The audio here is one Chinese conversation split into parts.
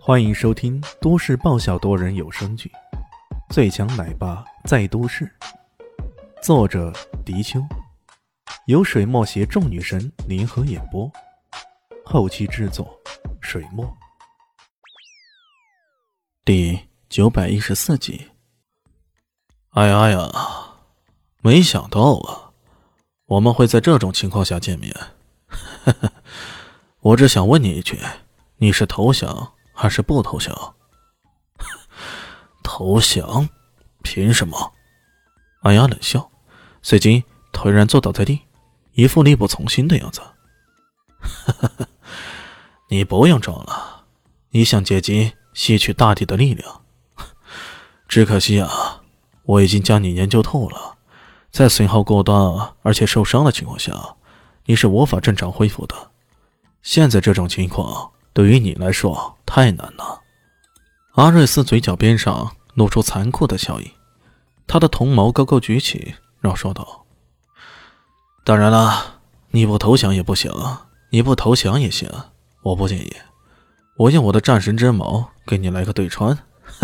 欢迎收听都市爆笑多人有声剧《最强奶爸在都市》，作者：迪秋，由水墨携众女神联合演播，后期制作：水墨。第914集。哎呀，没想到啊，我们会在这种情况下见面。我只想问你一句，你是投降还是不投降？投降？凭什么？安雅冷笑，随即颓然坐倒在地，一副力不从心的样子。你不用装了，你想借机吸取大地的力量。只可惜啊，我已经将你研究透了，在损耗过大而且受伤的情况下，你是无法正常恢复的。现在这种情况对于你来说太难了。阿瑞斯嘴角边上露出残酷的笑意，他的瞳毛高高举起，然后说道：当然了，你不投降也不行，你不投降也行，我不介意，我用我的战神之矛给你来个对穿。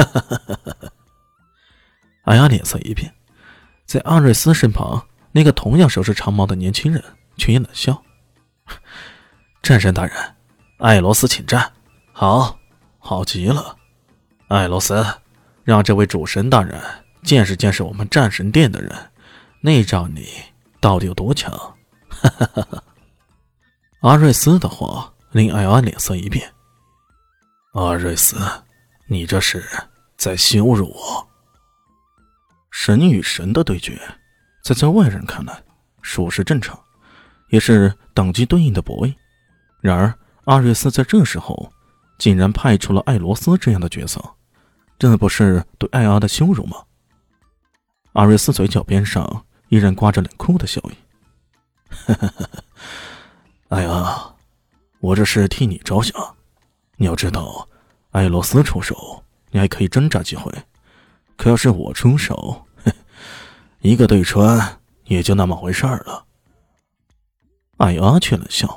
安雅脸色一变，在阿瑞斯身旁那个同样手持长矛的年轻人却也冷笑：战神大人，艾罗斯请战。好，好极了。艾罗斯，让这位主神大人见识见识我们战神殿的人，那仗你到底有多强。阿瑞斯的话令艾安脸色一变。阿瑞斯，你这是在羞辱我。神与神的对决，在外人看来属实正常，也是等级对应的博弈。然而阿瑞斯在这时候竟然派出了艾罗斯这样的角色，这不是对艾阿的羞辱吗？阿瑞斯嘴角边上依然挂着冷酷的笑意。艾阿，我这是替你着想，你要知道，艾罗斯出手你还可以挣扎几回，可要是我出手，一个对穿也就那么回事了。艾阿却冷笑，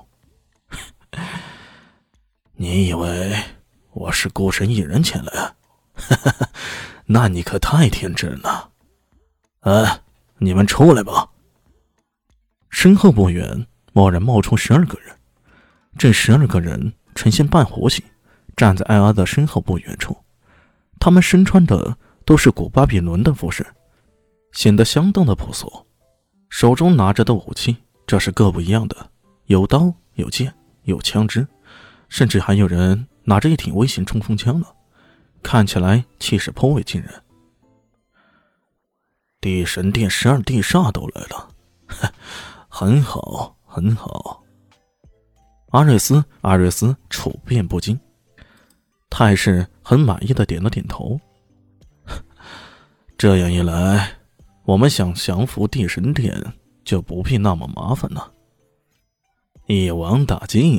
你以为我是孤身一人前来？那你可太天真了。你们出来吧。身后不远蓦然冒出12个人，这12个人呈现半弧形，站在艾阿的身后不远处。他们身穿的都是古巴比伦的服饰，显得相当的朴素。手中拿着的武器这是各不一样的，有刀有剑有枪支，甚至还有人拿着一挺微型冲锋枪呢，看起来气势颇为惊人。地神殿12地煞都来了，很好很好。阿瑞斯处变不惊，他还是很满意的点了点头。这样一来，我们想降服地神殿就不必那么麻烦了。一网打尽。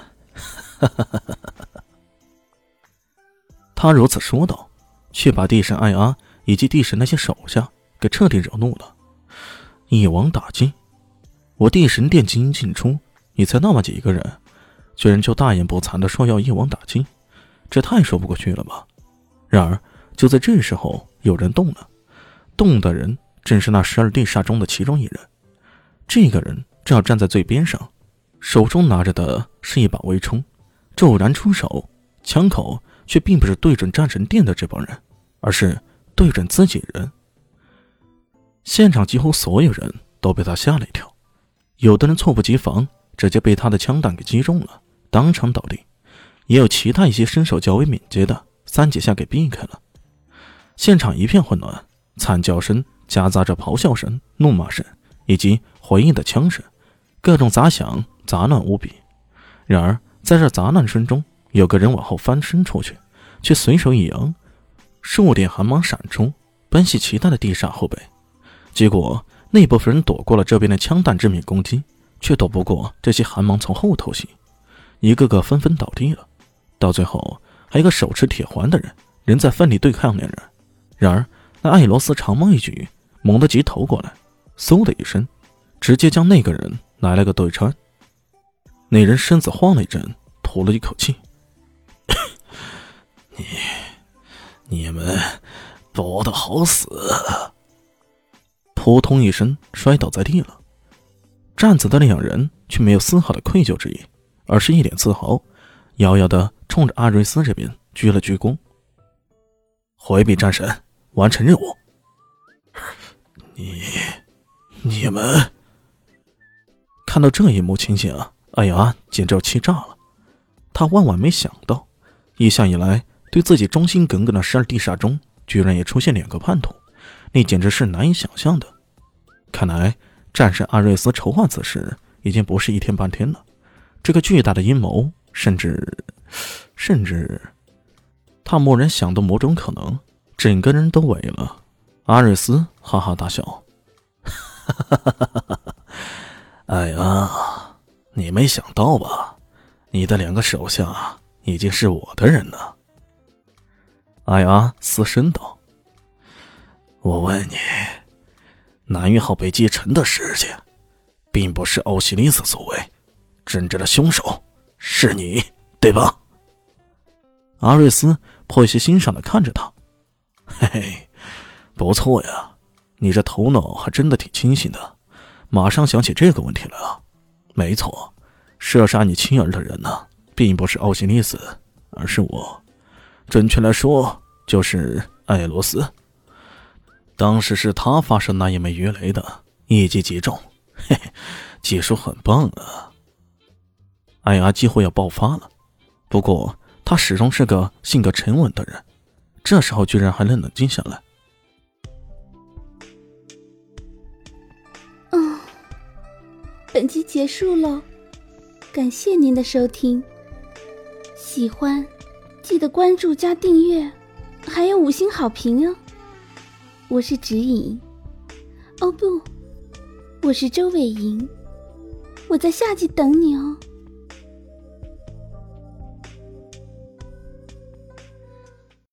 他如此说道，却把地神艾阿以及地神那些手下给彻底惹怒了。一网打尽？我地神殿精英进出，你才那么几个人，居然就大言不惭地说要一网打尽，这太说不过去了吧。然而就在这时候，有人动了，动的人正是那12地煞中的其中一人。这个人正好站在最边上，手中拿着的是一把微冲，骤然出手，枪口却并不是对准战神殿的这帮人，而是对准自己人。现场几乎所有人都被他吓了一跳，有的人猝不及防，直接被他的枪弹给击中了，当场倒地，也有其他一些身手较为敏捷的3几下给避开了。现场一片混乱，惨叫声夹杂着咆哮声、怒骂声以及回应的枪声，各种杂响杂乱无比。然而在这杂乱声中，有个人往后翻身出去，却随手一扬，数点寒芒闪出，奔袭其他的地煞后背。结果那部分人躲过了这边的枪弹致命攻击，却躲不过这些寒芒从后偷袭，一个个纷纷倒地了。到最后还有一个手持铁环的人仍在奋力对抗两人。然而那艾罗斯长矛一举，猛地急头过来，嗖的一声直接将那个人来了个对穿。那人身子晃了一阵，吐了一口气。 你们搏得好死！扑通一声摔倒在地了。站子的两人却没有丝毫的愧疚之意，而是一脸自豪，遥遥地冲着阿瑞斯这边鞠了鞠躬。回避战神，完成任务。你们看到这一幕情景啊，艾雅简直要气炸了。他万万没想到，一向以来对自己忠心耿耿的12地煞中，居然也出现2个叛徒，那简直是难以想象的。看来战神阿瑞斯筹划此事已经不是一天半天了，这个巨大的阴谋，甚至他蓦然想到某种可能，整个人都萎了。阿瑞斯哈哈大笑，哎呀，你没想到吧，你的2个手下已经是我的人了。艾雅嘶声道，我问你，南域号被击沉的事情并不是欧西里斯所为，真正的凶手是你，对吧？阿瑞斯颇有些欣赏地看着他，嘿嘿，不错呀，你这头脑还真的挺清醒的，马上想起这个问题来了。没错，射杀你妻儿的人呢，并不是奥西里斯，而是我，准确来说就是艾罗斯。当时是他发射那一枚鱼雷的，一击即中，嘿嘿，技术很棒啊。艾雅几乎要爆发了，不过他始终是个性格沉稳的人，这时候居然还能冷静下来。 本集结束了，感谢您的收听。喜欢记得关注加订阅，还有5星好评哦。我是指引，哦不，我是周伟莹，我在下集等你哦。